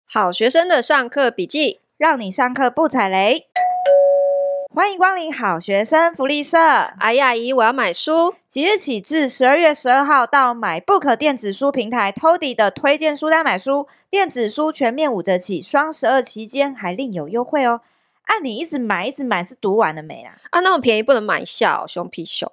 好学生的上课笔记， 让你上课不踩雷。欢迎光临好学生福利社。 阿姨阿姨，我要买书。 即日起至12月12号到MyBook 电子书平台 Toddy 的推荐书单买书，电子书全面5折起，双12期间还另有优惠哦。你一直买是读完了没啦？ 那么便宜不能买下熊皮熊。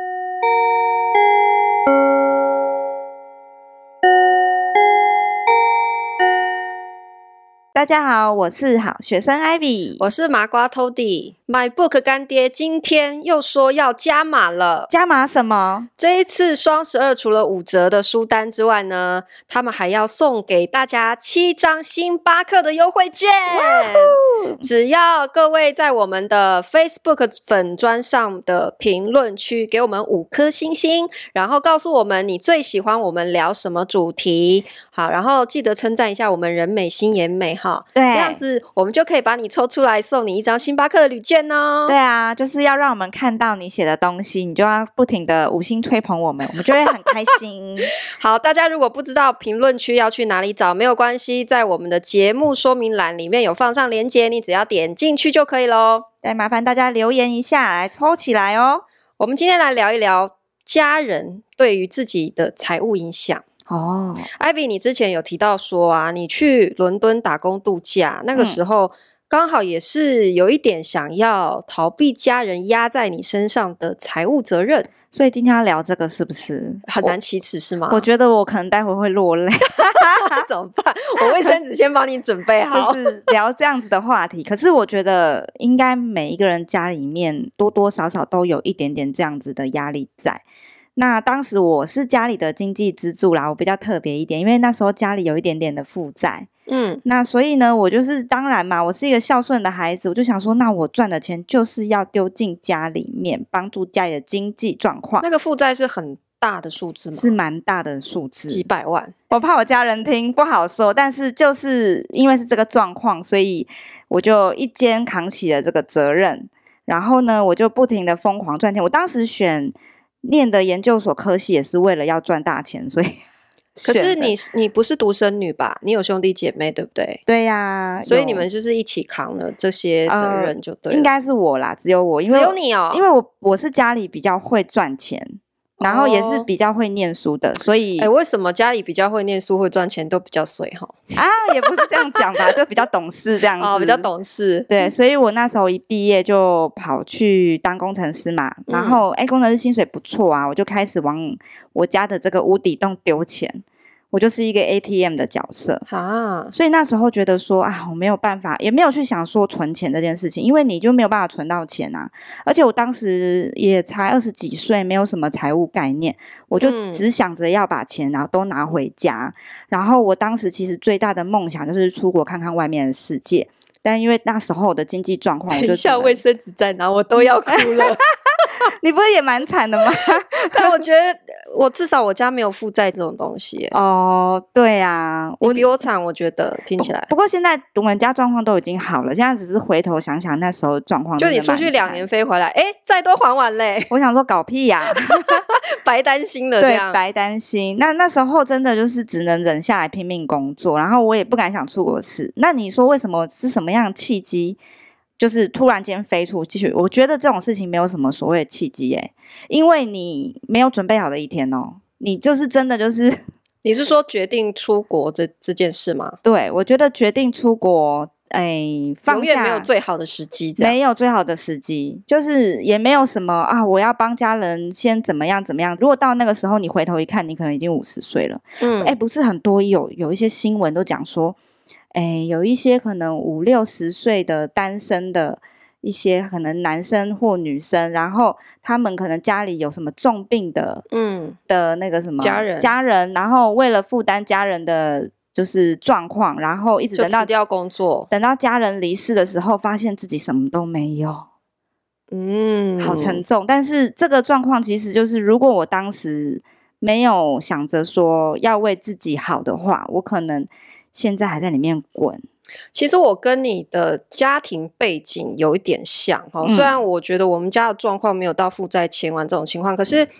大家好，我是好学生 Ivy， 我是麻瓜 Toddy。MyBook 干爹今天又说要加码了。 加码什么？ 这一次双12除了5折的书单之外呢，他们还要送给大家7张星巴克的优惠券。只要各位在我们的 Facebook 粉专上的评论区给我们5颗星星，然后告诉我们你最喜欢我们聊什么主题。好，然后记得称赞一下我们人美心也美哈， 对， 这样子我们就可以把你抽出来送你1张星巴克的旅券哦。 对啊，就是要让我们看到你写的东西，你就要不停的5星吹捧我们，我们就会很开心。 好，大家如果不知道评论区要去哪里找，没有关系，在我们的节目说明栏里面有放上连结，你只要点进去就可以咯。 再麻烦大家留言一下，来抽起来哦。 我们今天来聊一聊家人对于自己的财务影响。Ivy， 你之前有提到说啊，你去伦敦打工度假，那个时候刚好也是有一点想要逃避家人压在你身上的财务责任， 所以今天要聊这个是不是很难启齿是吗？ 我觉得我可能待会会落泪。 怎么办？我卫生纸先帮你准备好。 就是聊这样子的话题，可是我觉得应该每一个人家里面多多少少都有一点点这样子的压力在。那当时我是家里的经济支柱啦，我比较特别一点，因为那时候家里有一点点的负债。那所以呢，我就是当然嘛，我是一个孝顺的孩子，我就想说，那我赚的钱就是要丢进家里面，帮助家里的经济状况。 那个负债是很大的数字吗？ 是蛮大的数字， 几百万。 我怕我家人听不好说，但是就是因为是这个状况，所以我就一肩扛起了这个责任。然后呢，我就不停的疯狂赚钱。我当时念的研究所科系也是为了要赚大钱，所以可是你不是独生女吧？你有兄弟姐妹对不对？ 对呀， 所以你们就是一起扛了这些责任就对了。 应该是我啦，只有我， 只有你哦， 因为我是家里比较会赚钱，然后也是比较会念书的，所以为什么家里比较会念书会赚钱都比较衰哈？ 也不是这样讲吧，就比较懂事这样子。 比较懂事。 对，所以我那时候一毕业就跑去当工程师嘛，然后工程师薪水不错啊，我就开始往我家的这个无底洞丢钱。我就是一个 ATM 的角色所以那时候觉得说我没有办法，也没有去想说存钱这件事情，因为你就没有办法存到钱啊。而且我当时也才20几岁，没有什么财务概念，我就只想着要把钱都拿回家。然后我当时其实最大的梦想就是出国看看外面的世界，但因为那时候我的经济状况，我就像卫生纸在哪，我都要哭了。 你不是也蛮惨的吗？ 但我觉得至少我家没有负债这种东西。 对啊， 你比我惨，我觉得听起来。 不过现在我们家状况都已经好了，现在只是回头想想那时候状况。 就你出去2年飞回来，债都还完嘞。 我想说搞屁呀， 白担心了这样。 对，白担心。那时候真的就是只能忍下来拼命工作，然后我也不敢想出国事。那你说为什么是什么样的契机？就是突然间飞出去，我觉得这种事情没有什么所谓的契机因为你没有准备好的一天你就是真的就是你是说决定出国这件事吗？ 对，我觉得决定出国放下永远没有最好的时机， 没有最好的时机，就是也没有什么我要帮家人先怎么样怎么样。如果到那个时候你回头一看，你可能已经50岁了。不是很多有一些新闻都讲说有一些可能50、60岁的单身的一些可能男生或女生，然后他们可能家里有什么重病的的那个什么家人，然后为了负担家人的就是状况，然后一直等到就辞掉工作， 等到家人离世的时候，发现自己什么都没有。好沉重。但是这个状况其实就是如果我当时没有想着说要为自己好的话，我可能现在还在里面滚。 其实我跟你的家庭背景有一点像虽然我觉得我们家的状况没有到负债千万这种情况，可是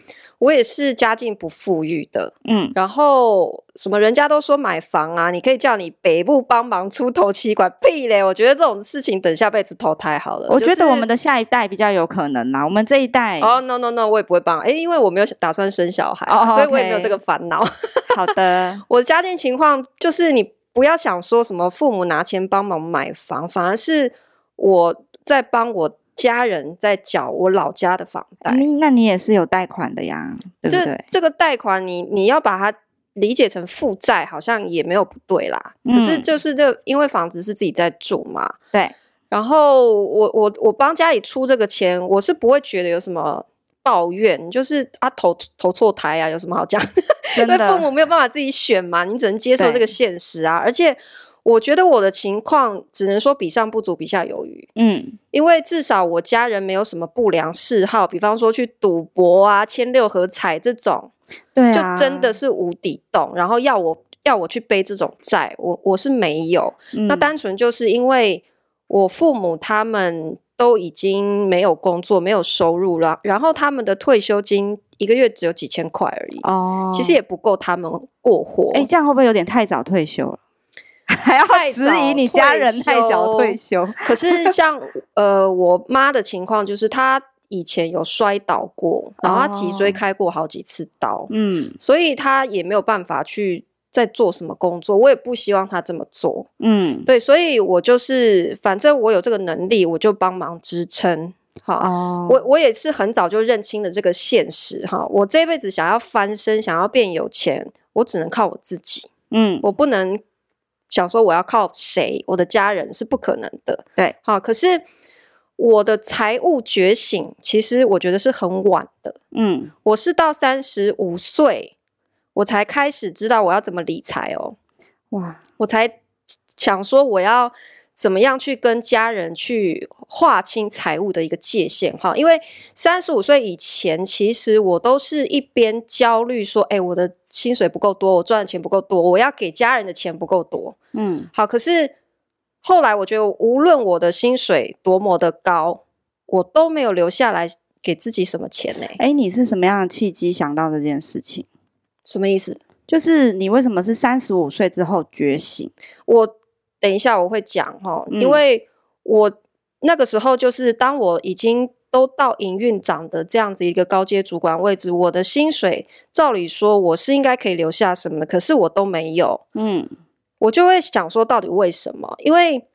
我也是家境不富裕的，然后什么人家都说买房啊，你可以叫你北部帮忙出头期款，屁嘞！我觉得这种事情等下辈子投胎好了。 我觉得我们的下一代比较有可能啦，我们这一代 no， 我也不会帮，因为我没有打算生小孩，所以我也没有这个烦恼。 好的， 我的家境情况就是你不要想说什么父母拿钱帮忙买房，反而是我在帮我家人在缴我老家的房贷。 那你也是有贷款的呀，对不对？ 这个贷款你要把它理解成负债，好像也没有不对啦。可是就是因为房子是自己在住嘛， 对。 然后我帮家里出这个钱，我是不会觉得有什么抱怨，就是投错胎啊，有什么好讲？因为父母没有办法自己选嘛，你只能接受这个现实啊。而且我觉得我的情况只能说比上不足，比下有余。因为至少我家人没有什么不良嗜好，比方说去赌博啊、签6合彩这种， 对啊， 就真的是无底洞。然后要我去背这种债，我是没有。那单纯就是因为我父母他们都已经没有工作、没有收入了，然后他们的退休金1个月只有几千块而已，其实也不够他们过活。 这样会不会有点太早退休了？还要质疑你家人太早退休？ 可是像我妈的情况就是她以前有摔倒过，然后她脊椎开过好几次刀，所以她也没有办法去在做什么工作，我也不希望她这么做，对，所以我就是反正我有这个能力，我就帮忙支撑。好，我也是很早就认清了这个现实哈。我这辈子想要翻身，想要变有钱，我只能靠我自己。我不能想说我要靠谁，我的家人是不可能的。 对， 好，可是我的财务觉醒，其实我觉得是很晚的。我是到35岁，我才开始知道我要怎么理财哦。哇，我才想说我要怎么样去跟家人去划清财务的一个界限哈，因为35岁以前，其实我都是一边焦虑说，我的薪水不够多，我赚的钱不够多，我要给家人的钱不够多。好，可是后来我觉得，无论我的薪水多么的高，我都没有留下来给自己什么钱呢。 你是什么样的契机想到这件事情？ 什么意思？ 就是你为什么是35岁之后觉醒？ 我等一下我会讲哈，因为我那个时候就是当我已经都到营运长的这样子一个高阶主管位置，我的薪水照理说我是应该可以留下什么的，可是我都没有。我就会想说到底为什么？因为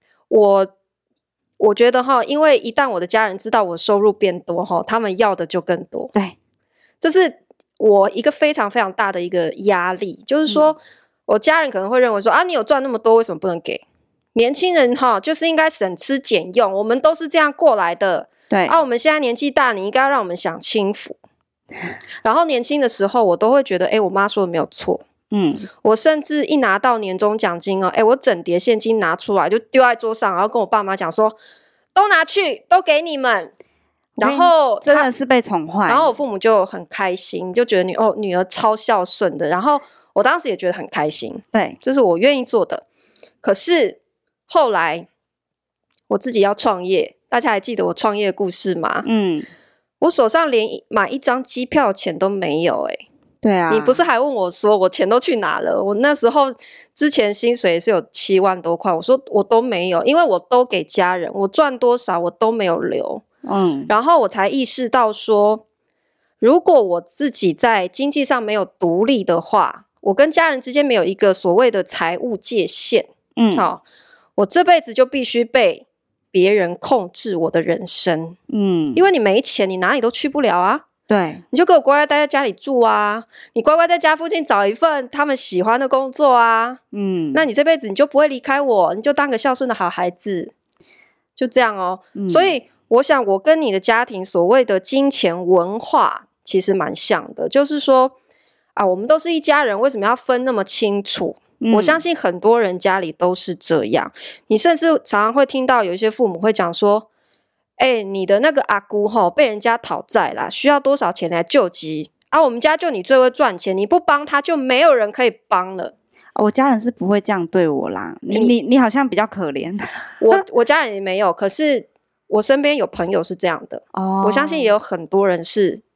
我觉得哈，因为一旦我的家人知道我收入变多哈，他们要的就更多。 对， 这是我一个非常非常大的一个压力，就是说我家人可能会认为说你有赚那么多，为什么不能给？年轻人哈，就是应该省吃俭用，我们都是这样过来的。 对我们现在年纪大，你应该让我们享清福。然后年轻的时候，我都会觉得，我妈说的没有错。我甚至一拿到年终奖金我整叠现金拿出来就丢在桌上，然后跟我爸妈讲说，都拿去，都给你们。然后真的是被宠坏， 然后我父母就很开心，就觉得女儿超孝顺的。然后我当时也觉得很开心， 对， 这是我愿意做的。可是后来我自己要创业，大家还记得我创业的故事吗？我手上连买一张机票钱都没有。 对啊， 你不是还问我说我钱都去哪了？我那时候之前薪水是有7万多块，我说我都没有，因为我都给家人，我赚多少我都没有留。然后我才意识到说，如果我自己在经济上没有独立的话，我跟家人之间没有一个所谓的财务界限，我这辈子就必须被别人控制我的人生。因为你没钱，你哪里都去不了啊。 对， 你就给我乖乖待在家里住啊，你乖乖在家附近找一份他们喜欢的工作啊。那你这辈子你就不会离开我，你就当个孝顺的好孩子，就这样哦。所以我想我跟你的家庭所谓的金钱文化其实蛮像的，就是说我们都是一家人，为什么要分那么清楚？我相信很多人家里都是这样。你甚至常常会听到有一些父母会讲说，你的那个阿姑被人家讨债啦，需要多少钱来救急我们家就你最会赚钱，你不帮他就没有人可以帮了。 我家人是不会这样对我啦，你好像比较可怜。 我家人也没有，可是我身边有朋友是这样的。我相信也有很多人是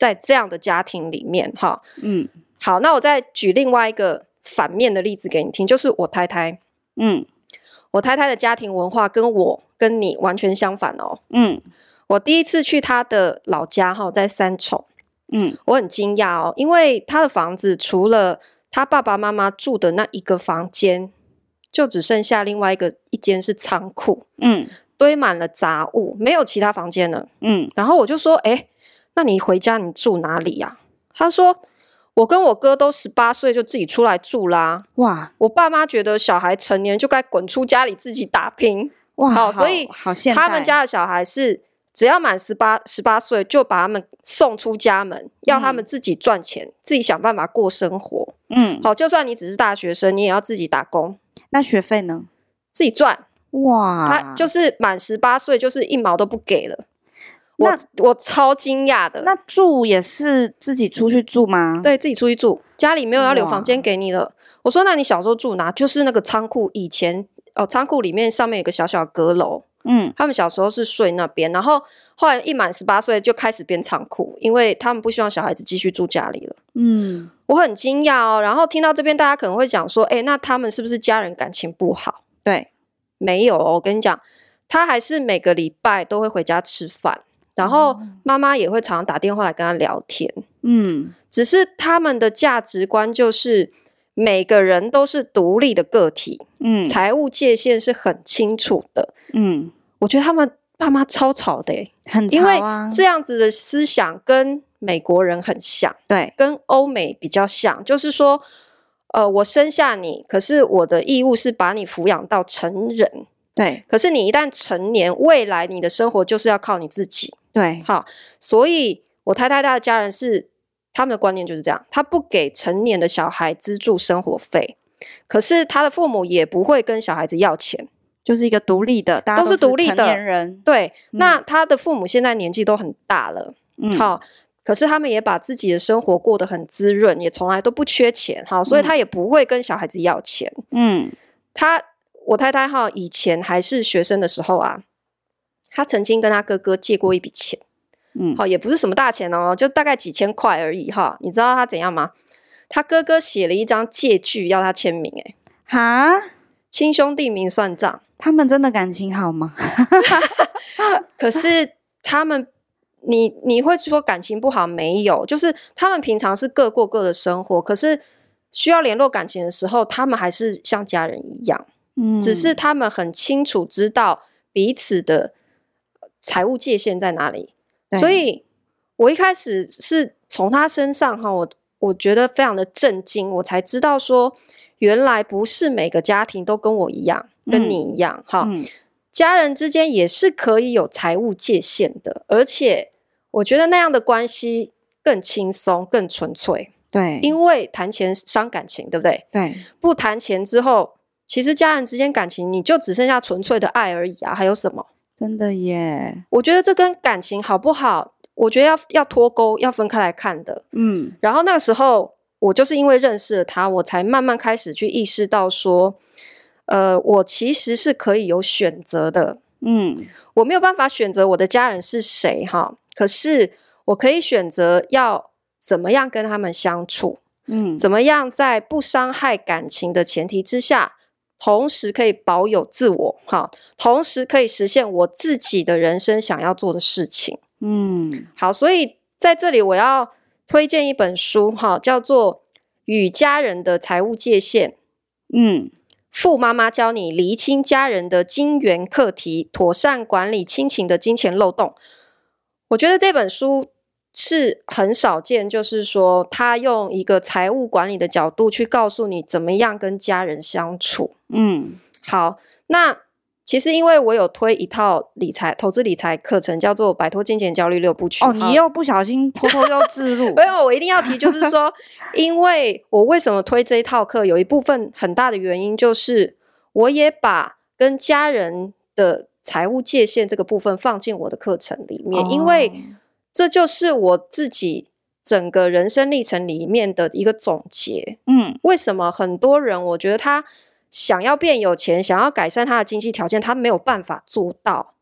在这样的家庭里面哈。好，那我再举另外一个反面的例子给你听，就是我太太。我太太的家庭文化跟我跟你完全相反哦。我第一次去她的老家哈，在三重。我很惊讶哦，因为她的房子除了她爸爸妈妈住的那一个房间，就只剩下另外一间是仓库。堆满了杂物，没有其他房间了。然后我就说，那你回家你住哪里啊？他说，我跟我哥都18岁就自己出来住啦。哇！我爸妈觉得小孩成年就该滚出家里自己打拼。哇！所以他们家的小孩是只要满18岁就把他们送出家门，要他们自己赚钱，自己想办法过生活。好，就算你只是大学生，你也要自己打工。 那学费呢？ 自己赚。 哇！ 他就是满18岁就是1毛都不给了。我超惊讶的。 那住也是自己出去住吗？ 对，自己出去住，家里没有要留房间给你了。我说那你小时候住哪？就是那个仓库，以前仓库里面上面有个小小的阁楼。他们小时候是睡那边，然后后来一满18岁就开始变仓库，因为他们不希望小孩子继续住家里了。我很惊讶哦。然后听到这边大家可能会讲说，那他们是不是家人感情不好？ 对， 没有哦，我跟你讲，他还是每个礼拜都会回家吃饭，然后妈妈也会常常打电话来跟他聊天。只是他们的价值观就是每个人都是独立的个体。财务界限是很清楚的。我觉得他们爸妈超吵的。 很吵啊。 因为这样子的思想跟美国人很像。 对， 跟欧美比较像，就是说我生下你，可是我的义务是把你抚养到成人。 对， 可是你一旦成年，未来你的生活就是要靠你自己。 对， 好，所以我太太的家人是他们的观念就是这样，他不给成年的小孩资助生活费，可是他的父母也不会跟小孩子要钱， 就是一个独立的，大家都是独立的成年人。 对，那他的父母现在年纪都很大了。好。可是他们也把自己的生活过得很滋润，也从来都不缺钱。好，所以他也不会跟小孩子要钱。我太太以前还是学生的时候啊，他曾经跟他哥哥借过一笔钱。好，也不是什么大钱哦，就大概几千块而已哈。你知道他怎样吗？他哥哥写了一张借据要他签名。 哈， 亲兄弟明算账。 他们真的感情好吗？ 可是他们你会说感情不好？没有，就是他们平常是各过各的生活，可是需要联络感情的时候，他们还是像家人一样。只是他们很清楚知道彼此的财务界限在哪里。所以我一开始是从他身上我觉得非常的震惊，我才知道说原来不是每个家庭都跟我一样，跟你一样。家人之间也是可以有财务界限的，而且我觉得那样的关系更轻松更纯粹。 对， 因为谈钱伤感情，对不对？ 对， 不谈钱之后，其实家人之间感情你就只剩下纯粹的爱而已啊，还有什么？ 真的耶。 我觉得这跟感情好不好，我觉得要脱钩，要分开来看的。然后那个时候我就是因为认识了他，我才慢慢开始去意识到说我其实是可以有选择的。我没有办法选择我的家人是谁可是我可以选择要怎么样跟他们相处。怎么样在不伤害感情的前提之下，同时可以保有自我同时可以实现我自己的人生想要做的事情。好，所以在这里我要推荐一本书叫做《与家人的财务界限》。富妈妈教你厘清家人的金源课题，妥善管理亲情的金钱漏洞。我觉得这本书是很少见，就是说他用一个财务管理的角度去告诉你怎么样跟家人相处。好，那其实因为我有推一套投资理财课程，叫做摆脱金钱焦虑6部曲。 你又不小心偷偷又置入。 没有，我一定要提，就是说因为我为什么推这一套课，有一部分很大的原因就是我也把跟家人的财务界限这个部分放进我的课程里面。因为这就是我自己整个人生历程里面的一个总结。为什么很多人我觉得他想要变有钱，想要改善他的经济条件，他没有办法做到。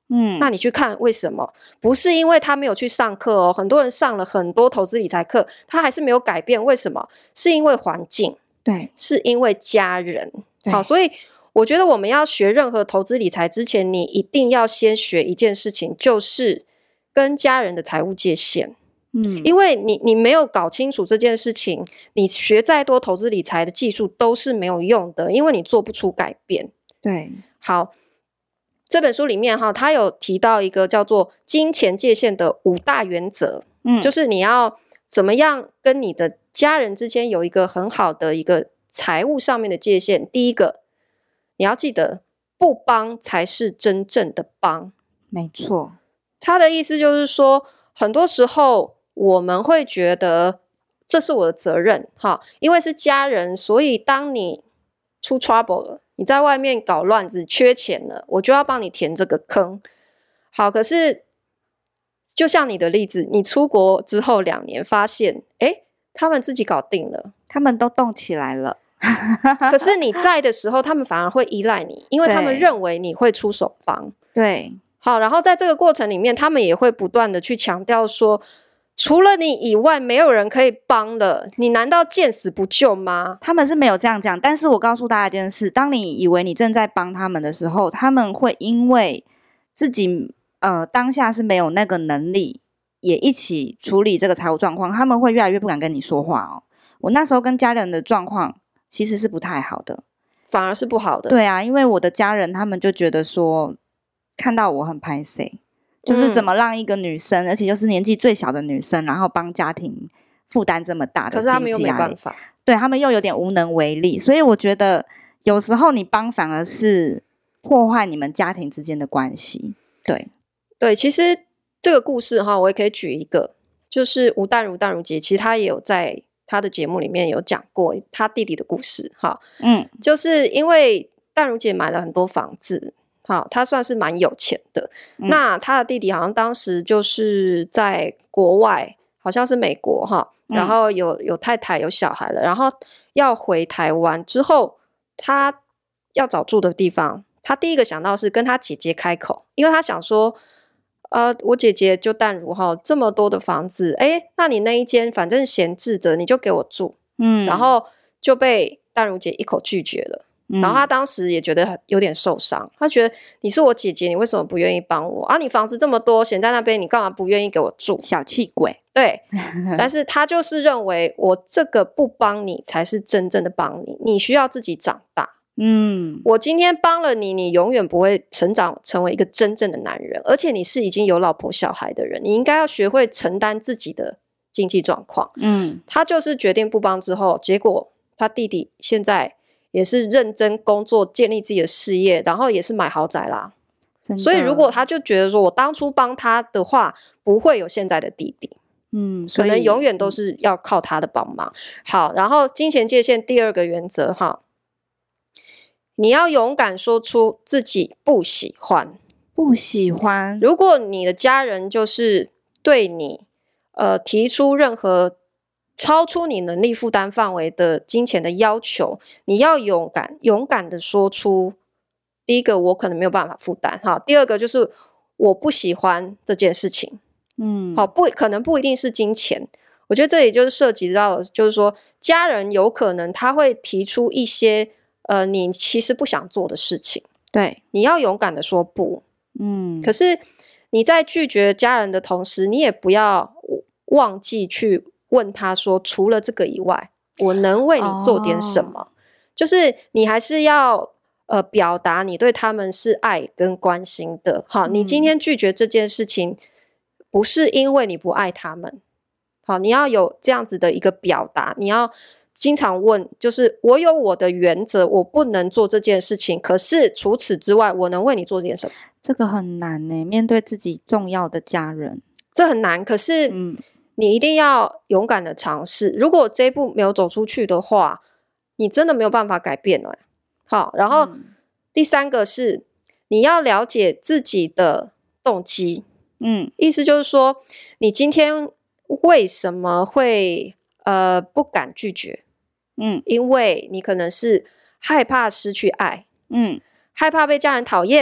那你去看为什么？不是因为他没有去上课哦，很多人上了很多投资理财课，他还是没有改变，为什么？是因为环境， 对， 是因为家人。好，所以我觉得我们要学任何投资理财之前，你一定要先学一件事情，就是跟家人的财务界限。因为你没有搞清楚这件事情，你学再多投资理财的技术都是没有用的，因为你做不出改变。 对， 好，这本书里面他有提到一个叫做金钱界限的5大原则，就是你要怎么样跟你的家人之间有一个很好的一个财务上面的界限。第一个，你要记得不帮才是真正的帮。 没错， 他的意思就是说，很多时候我们会觉得这是我的责任，因为是家人，所以当你出 trouble 了，你在外面搞乱子缺钱了，我就要帮你填这个坑。好，可是就像你的例子，你出国之后2年发现他们自己搞定了， 他们都动起来了可是你在的时候他们反而会依赖你，因为他们认为你会出手帮。 对， 好，然后在这个过程里面他们也会不断的去强调说，除了你以外没有人可以帮了，你难道见死不救吗？ 他们是没有这样讲，但是我告诉大家一件事，当你以为你正在帮他们的时候，他们会因为自己当下是没有那个能力也一起处理这个财务状况，他们会越来越不敢跟你说话哦。我那时候跟家人的状况其实是不太好的， 反而是不好的。 对啊，因为我的家人他们就觉得说看到我很拍摄，就是怎么让一个女生，而且就是年纪最小的女生，然后帮家庭负担这么大的经济压力， 可是他们又没办法， 对，他们又有点无能为力，所以我觉得有时候你帮反而是破坏你们家庭之间的关系。对， 其实这个故事我也可以举一个，就是吴淡如姐，其实她也有在她的节目里面有讲过她弟弟的故事。就是因为淡如姐买了很多房子，她算是蛮有钱的，那她的弟弟好像当时就是在国外，好像是美国然后有太太有小孩了，然后要回台湾之后，他要找住的地方，他第一个想到是跟他姐姐开口，因为他想说我姐姐就淡如这么多的房子，那你那一间反正闲置着，你就给我住。然后就被淡如姐一口拒绝了。然后他当时也觉得有点受伤，他觉得你是我姐姐，你为什么不愿意帮我啊？你房子这么多闲在那边，你干嘛不愿意给我住？ 小气鬼。 对，但是他就是认为我这个不帮你才是真正的帮你，你需要自己长大。我今天帮了你，你永远不会成长成为一个真正的男人，而且你是已经有老婆小孩的人，你应该要学会承担自己的经济状况。他就是决定不帮之后，结果他弟弟现在也是认真工作，建立自己的事业，然后也是买豪宅啦。所以如果他就觉得说我当初帮他的话，不会有现在的弟弟。可能永远都是要靠他的帮忙。好，然后金钱界限第2个原则你要勇敢说出自己不喜欢。如果你的家人就是对你提出任何超出你能力负担范围的金钱的要求，你要勇敢的说出，第一个我可能没有办法负担，第2个就是我不喜欢这件事情。可能不一定是金钱，我觉得这也就是涉及到就是说家人有可能他会提出一些你其实不想做的事情， 对， 你要勇敢的说不。可是你在拒绝家人的同时，你也不要忘记去问他说，除了这个以外，我能为你做点什么？就是你还是要表达你对他们是爱跟关心的。你今天拒绝这件事情，不是因为你不爱他们。你要有这样子的一个表达，你要经常问，就是我有我的原则，我不能做这件事情，可是除此之外，我能为你做点什么？ 这个很难耶，面对自己重要的家人， 这很难。可是你一定要勇敢的尝试。如果这一步没有走出去的话，你真的没有办法改变了。好，然后第3个是你要了解自己的动机。意思就是说，你今天为什么会不敢拒绝？因为你可能是害怕失去爱，害怕被家人讨厌，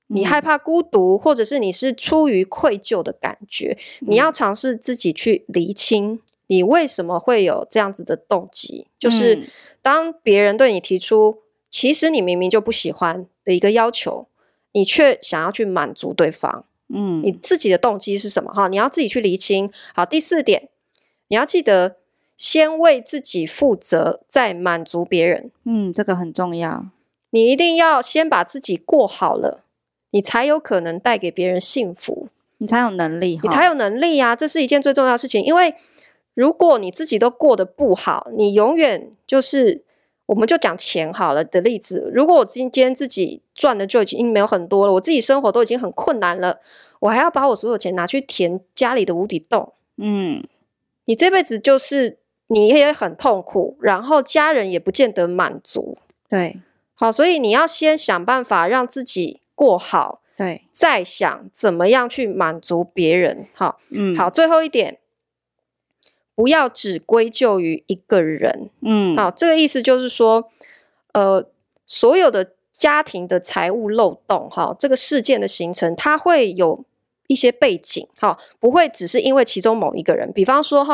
你害怕孤独，或者是你是出于愧疚的感觉，你要尝试自己去厘清你为什么会有这样子的动机，就是当别人对你提出其实你明明就不喜欢的一个要求，你却想要去满足对方，你自己的动机是什么？你要自己去厘清。好，第4点，你要记得先为自己负责，再满足别人。 这个很重要。 你一定要先把自己过好了，你才有可能带给别人幸福， 你才有能力， 你才有能力啊！这是一件最重要的事情。因为如果你自己都过得不好，你永远就是，我们就讲钱好了的例子，如果我今天自己赚的就已经没有很多了，我自己生活都已经很困难了，我还要把我所有钱拿去填家里的无底洞，你这辈子就是你也很痛苦，然后家人也不见得满足。 对， 好，所以你要先想办法让自己过好， 对， 再想怎么样去满足别人。好，好，最后一点，不要只归咎于一个人。好，这个意思就是说，所有的家庭的财务漏洞，这个事件的形成，它会有一些背景，不会只是因为其中某一个人。比方说，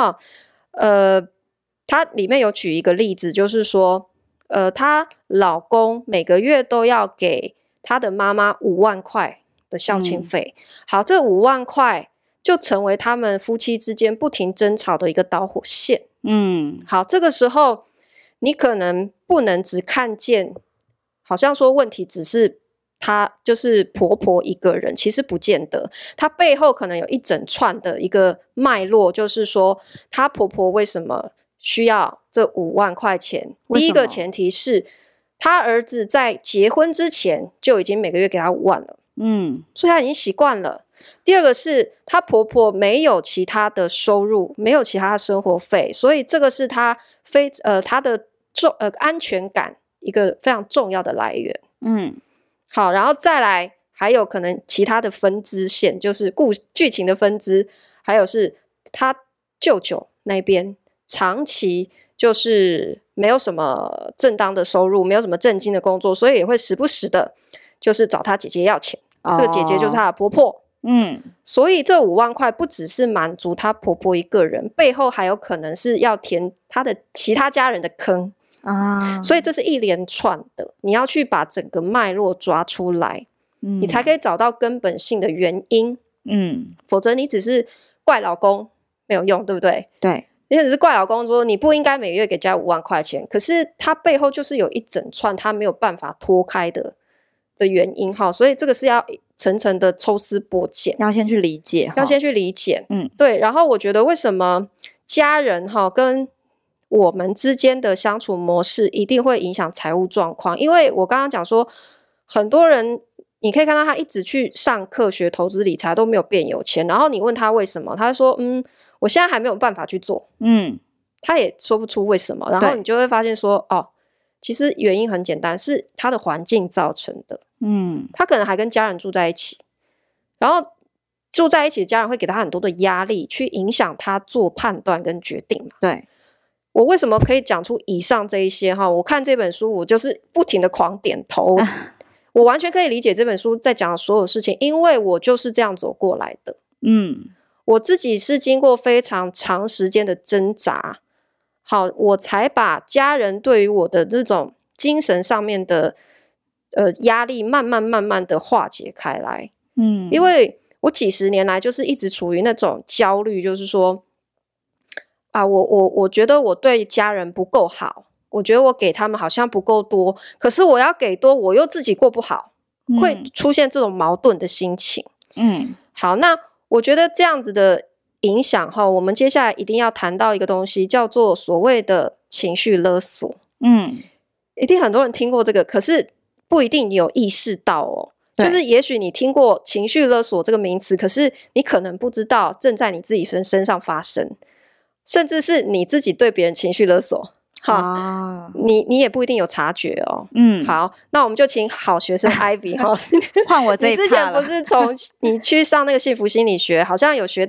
它里面有举一个例子，就是说，她老公每个月都要给她的妈妈5万块的孝亲费。好，这5万块就成为他们夫妻之间不停争吵的一个导火线。好，这个时候你可能不能只看见，好像说问题只是她就是婆婆一个人，其实不见得，她背后可能有一整串的一个脉络，就是说她婆婆为什么需要这5万块钱。第一个前提是她儿子在结婚之前就已经每个月给她5万了，所以她已经习惯了。第二个是她婆婆没有其他的收入，没有其他的生活费，所以这个是她她的安全感一个非常重要的来源。好，然后再来还有可能其他的分支线，就是剧情的分支，还有是她舅舅那边长期就是没有什么正当的收入，没有什么正经的工作，所以也会时不时的就是找她姐姐要钱。这个姐姐就是她的婆婆。所以这5万块不只是满足她婆婆一个人，背后还有可能是要填她的其他家人的坑所以这是一连串的，你要去把整个脉络抓出来，你才可以找到根本性的原因。否则你只是怪老公没有用，对不对？ 对， 你只是怪老公说你不应该每个月给家5万块钱，可是他背后就是有一整串他没有办法脱开的原因。所以这个是要层层的抽丝剥茧， 要先去理解， 对。然后我觉得为什么家人跟我们之间的相处模式一定会影响财务状况，因为我刚刚讲说，很多人你可以看到他一直去上课学投资理财都没有变有钱，然后你问他为什么，他说我现在还没有办法去做，他也说不出为什么，然后你就会发现说其实原因很简单，是他的环境造成的。他可能还跟家人住在一起，然后住在一起的家人会给他很多的压力，去影响他做判断跟决定嘛。 对， 我为什么可以讲出以上这一些我看这本书我就是不停的狂点头我完全可以理解这本书在讲的所有事情，因为我就是这样走过来的。我自己是经过非常长时间的挣扎，好，我才把家人对于我的这种精神上面的压力慢慢的化解开来。因为我几十年来就是一直处于那种焦虑，就是说我觉得我对家人不够好，我觉得我给他们好像不够多，可是我要给多我又自己过不好，会出现这种矛盾的心情。好，那我觉得这样子的影响我们接下来一定要谈到一个东西，叫做所谓的情绪勒索。一定很多人听过这个，可是不一定你有意识到就是也许你聽过情绪勒索这个名词，可是你可能不知道正在你自己身上发生，甚至是你自己对别人情绪勒索你也不一定有察觉好，那我们就请好学生 Ivy 换我这一趴了。 你之前不是从你去上那个幸福心理学好像有学到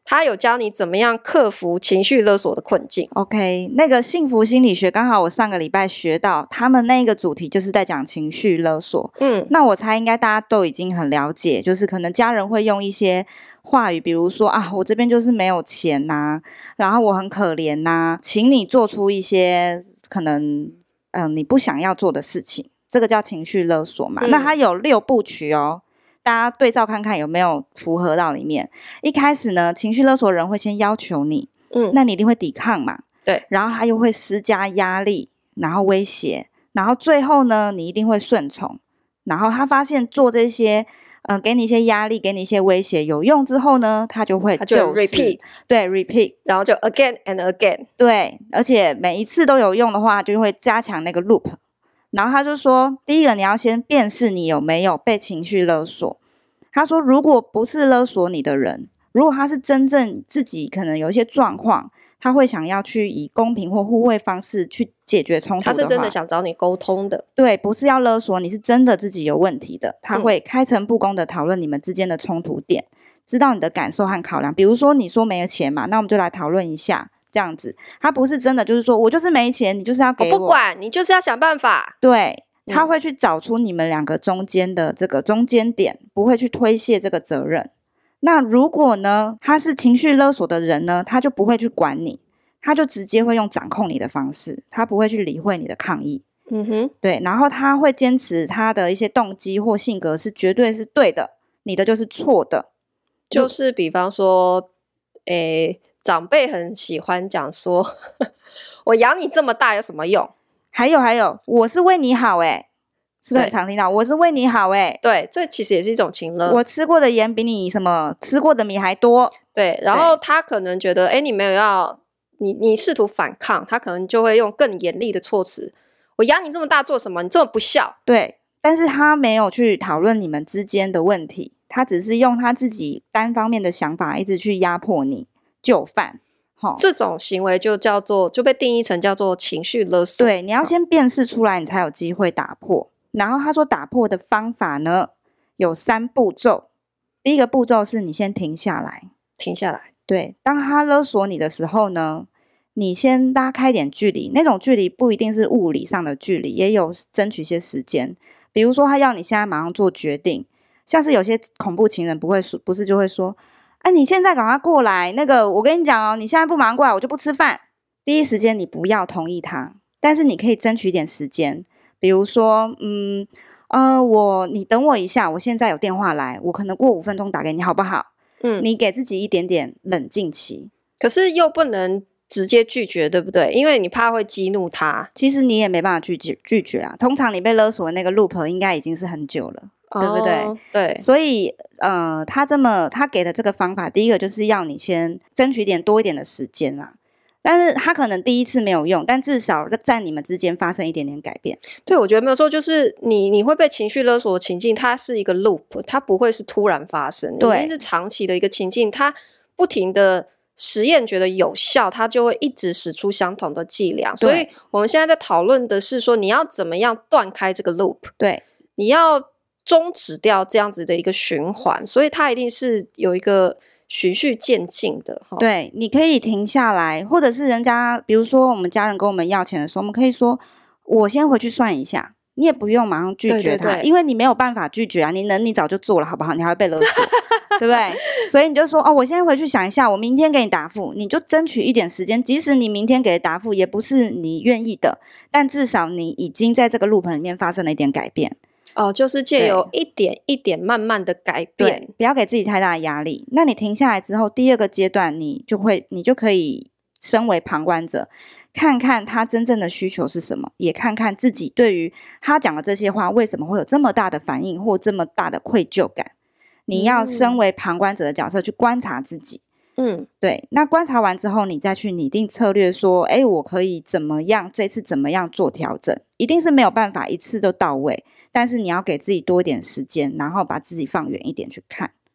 他有教你怎么样克服情绪勒索的困境。 OK， 那个幸福心理学刚好我上个礼拜学到，他们那个主题就是在讲情绪勒索。那我猜应该大家都已经很了解，就是可能家人会用一些话语，比如说啊，我这边就是没有钱呐，然后我很可怜呐，请你做出一些可能你不想要做的事情，这个叫情绪勒索嘛。那它有6部曲哦。大家对照看看有没有符合到里面。一开始呢，情绪勒索人会先要求你，那你一定会抵抗嘛， 对， 然后他又会施加压力，然后威胁，然后最后呢，你一定会顺从。然后他发现做这些，给你一些压力，给你一些威胁有用之后呢，他就会 repeat， 对 repeat， 然后就 again and again， 对，而且每一次都有用的话，就会加强那个 loop。然后他就说，第一个你要先辨识你有没有被情绪勒索。他说如果不是勒索你的人，如果他是真正自己可能有一些状况，他会想要去以公平或互惠方式去解决冲突的话， 他是真的想找你沟通的， 对，不是要勒索，你是真的自己有问题的，他会开诚布公的讨论你们之间的冲突点，知道你的感受和考量。比如说你说没有钱嘛，那我们就来讨论一下，这样子。他不是真的就是说我就是没钱，你就是要给我， 不管，你就是要想办法。 对，他会去找出你们两个中间的这个中间点，不会去推卸这个责任。那如果呢，他是情绪勒索的人呢，他就不会去管你，他就直接会用掌控你的方式，他不会去理会你的抗议。对，然后他会坚持他的一些动机或性格是绝对是对的，你的就是错的。 就是比方说长辈很喜欢讲说我养你这么大有什么用， 还有我是为你好是不是很常听到我是为你好对，这其实也是一种情勒。 我吃过的盐比你什么吃过的米还多。 对，然后他可能觉得你没有要你试图反抗，他可能就会用更严厉的措辞，我养你这么大做什么，你这么不孝。 对，但是他没有去讨论你们之间的问题，他只是用他自己单方面的想法一直去压迫你就范。 这种行为就被定义成叫做情绪勒索。 对，你要先辨识出来，你才有机会打破。然后他说打破的方法呢有3步骤。第一个步骤是你先停下来。对，当他勒索你的时候呢，你先拉开一点距离，那种距离不一定是物理上的距离，也有争取一些时间。比如说他要你现在马上做决定，像是有些恐怖情人不是就会说你现在赶快过来，那个我跟你讲哦，你现在不马上过来我就不吃饭。第一时间你不要同意他，但是你可以争取一点时间。比如说你等我一下，我现在有电话来，我可能过5分钟打给你好不好？你给自己一点点冷静期。 可是又不能直接拒绝，对不对？因为你怕会激怒他。 其实你也没办法拒绝啊，通常你被勒索的那个 loop 应该已经是很久了，对不对？ 对， 所以他给的这个方法，第一个就是要你先争取多一点的时间啦。但是他可能第一次没有用，但至少在你们之间发生一点点改变。 对，我觉得没有说就是你会被情绪勒索的情境，它是一个 loop， 它不会是突然发生，一定是长期的一个情境，它不停的实验觉得有效，它就会一直使出相同的伎俩。所以我们现在在讨论的是说，你要怎么样断开这个 loop， 对， 你要终止掉这样子的一个循环，所以它一定是有一个循序渐进的。 对，你可以停下来，或者是人家比如说我们家人跟我们要钱的时候，我们可以说我先回去算一下，你也不用马上拒绝他，因为你没有办法拒绝啊，你早就做了好不好，你还会被勒索对不对？所以你就说我先回去想一下，我明天给你答复，你就争取一点时间，即使你明天给的答复也不是你愿意的，但至少你已经在这个 loop 里面发生了一点改变。 就是借由一点一点慢慢的改变。 对，不要给自己太大的压力。那你停下来之后，第2个阶段你就可以身为旁观者，看看他真正的需求是什么，也看看自己对于他讲的这些话为什么会有这么大的反应或这么大的愧疚感。你要身为旁观者的角色去观察自己。对，那观察完之后，你再去拟定策略，说我可以怎么样，这次怎么样做调整。一定是没有办法一次都到位，但是你要给自己多一点时间，然后把自己放远一点去看。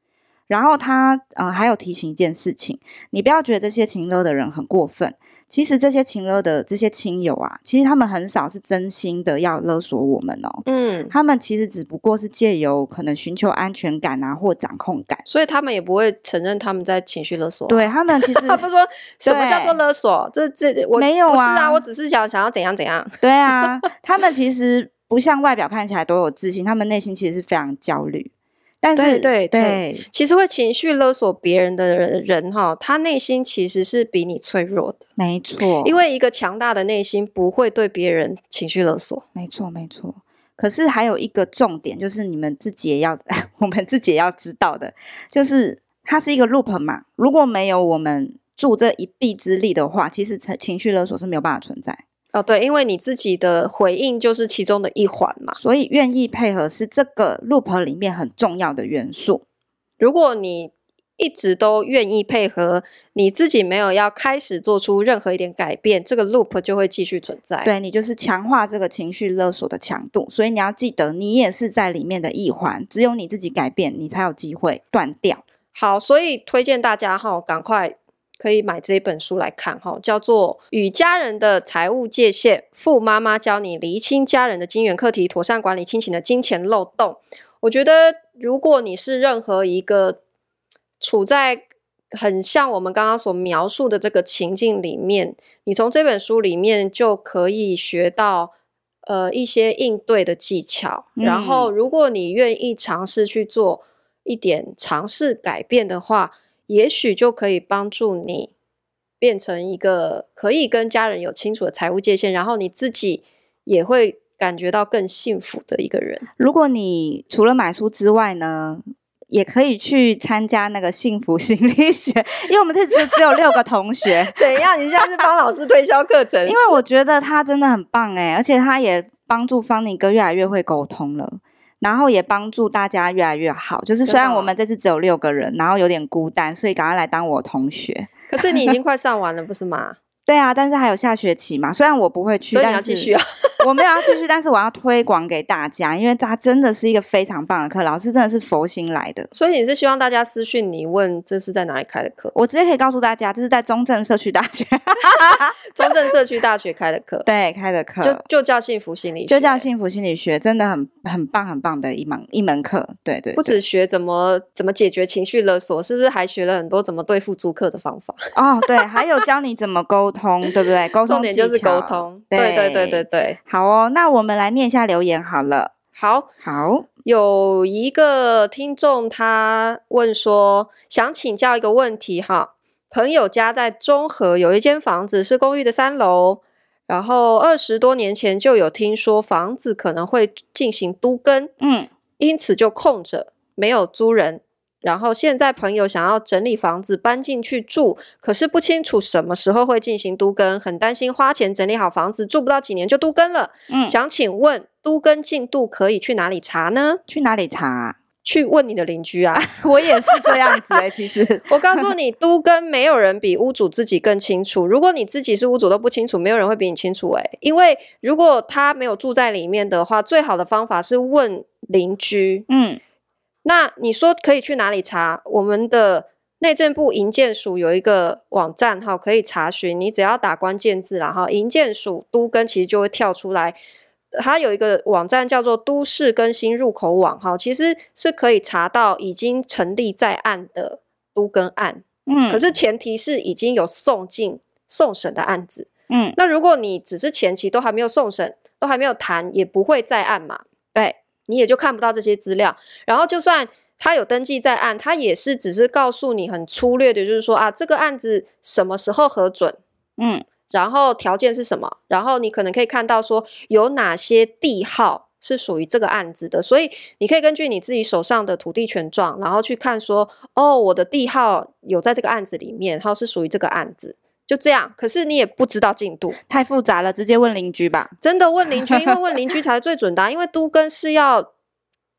然后他还有提醒一件事情，你不要觉得这些情勒的人很过分，其实这些情勒的这些亲友啊，其实他们很少是真心的要勒索我们哦，他们其实只不过是借由可能寻求安全感啊或掌控感， 所以他们也不会承认他们在情绪勒索。 对，他们其实他不说什么叫做勒索，我没有啊， 不是啊，我只是想要怎样怎样。 对啊，他们其实不像外表看起来都有自信，他们内心其实是非常焦虑。但是对，其实会情绪勒索别人的人他内心其实是比你脆弱的， 没错。 因为一个强大的内心不会对别人情绪勒索， 没错。可是还有一个重点，就是你们自己也要，我们自己也要知道的，就是它是一个 loop 嘛。如果没有我们助这一臂之力的话，其实情绪勒索是没有办法存在。 对，因为你自己的回应就是其中的一环嘛， 所以愿意配合是这个 loop 里面很重要的元素。 如果你一直都愿意配合，你自己没有要开始做出任何一点改变，这个 loop 就会继续存在。 对，你就是强化这个情绪勒索的强度，所以你要记得你也是在里面的一环，只有你自己改变，你才有机会断掉。 好，所以推荐大家赶快可以买这本书来看，叫做《与家人的财务界限》，富妈妈教你厘清家人的金源课题，妥善管理亲情的金钱漏洞。我觉得如果你是任何一个处在很像我们刚刚所描述的这个情境里面，你从这本书里面就可以学到一些应对的技巧，然后如果你愿意尝试去做一点尝试改变的话，也许就可以帮助你变成一个可以跟家人有清楚的财务界限，然后你自己也会感觉到更幸福的一个人。 如果你除了买书之外呢，也可以去参加那个幸福心理学，因为我们这次只有6个同学。 怎样？你现在是帮老师推销课程？ 因为我觉得他真的很棒而且他也帮助方妮哥越来越会沟通了。然后也帮助大家越来越好，就是虽然我们这次只有6个人，然后有点孤单，所以赶快来当我同学。 可是你已经快上完了不是吗？ 对啊，但是还有下学期嘛，虽然我不会去， 所以你要继续啊。 我没有要继续，但是我要推广给大家，因为它真的是一个非常棒的课，老师真的是佛心来的。 所以你是希望大家私讯你问这是在哪里开的课？ 我直接可以告诉大家，这是在中正社区大学。 中正社区大学开的课。 对，开的课就叫幸福心理学， 就叫幸福心理学，真的很棒很棒的一门课。对， 不只学怎么解决情绪勒索，是不是还学了很多怎么对付租客的方法？ 对，还有教你怎么沟通，对不对？沟通重点就是沟通。对。 好哦，那我们来念一下留言好了。 好，有一个听众他问说，想请教一个问题哈，朋友家在中和有一间房子是公寓的3楼，然后20多年前就有听说房子可能会进行都更，因此就空着没有租人。然后现在朋友想要整理房子搬进去住，可是不清楚什么时候会进行都更，很担心花钱整理好房子住不到几年就都更了。想请问都更进度可以去哪里查呢？ 去哪里查？ 去问你的邻居啊。 我也是这样子其实我告诉你，都更没有人比屋主自己更清楚，如果你自己是屋主都不清楚，没有人会比你清楚因为如果他没有住在里面的话，最好的方法是问邻居。那你说可以去哪里查？我们的内政部营建署有一个网站可以查询，你只要打关键字然后营建署都更其实就会跳出来。它有一个网站叫做都市更新入口网其实是可以查到已经成立在案的都更案。可是前提是已经有送审的案子。那如果你只是前期都还没有送审，都还没有谈，也不会在案嘛。 对， 你也就看不到这些资料。然后就算他有登记在案，他也是只是告诉你很粗略的，就是说这个案子什么时候核准，然后条件是什么，然后你可能可以看到说有哪些地号是属于这个案子的，所以你可以根据你自己手上的土地权状，然后去看说我的地号有在这个案子里面，然后是属于这个案子。就这样，可是你也不知道进度， 太复杂了，直接问邻居吧。 真的问邻居，因为问邻居才是最准的因为都更是要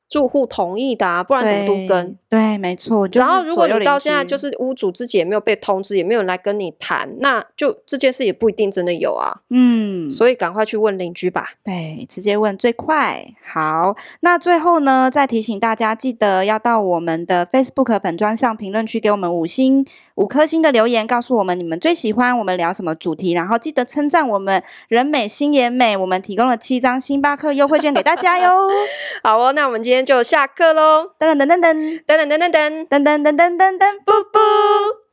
住户同意的啊，不然怎么都跟？ 对，没错。 然后如果你到现在就是屋主自己也没有被通知，也没有人来跟你谈，那就这件事也不一定真的有啊。所以赶快去问邻居吧。 对，直接问最快。好，那最后呢，再提醒大家，记得要到我们的 Facebook 粉专上评论区给我们5颗星的留言，告诉我们你们最喜欢我们聊什么主题，然后记得称赞我们人美心也美，我们提供了7张星巴克优惠券给大家哟。 好哦，那我们今天就下课咯。 噔噔噔噔噔噔噔噔噔噔噔噔噔噔噔， 布布。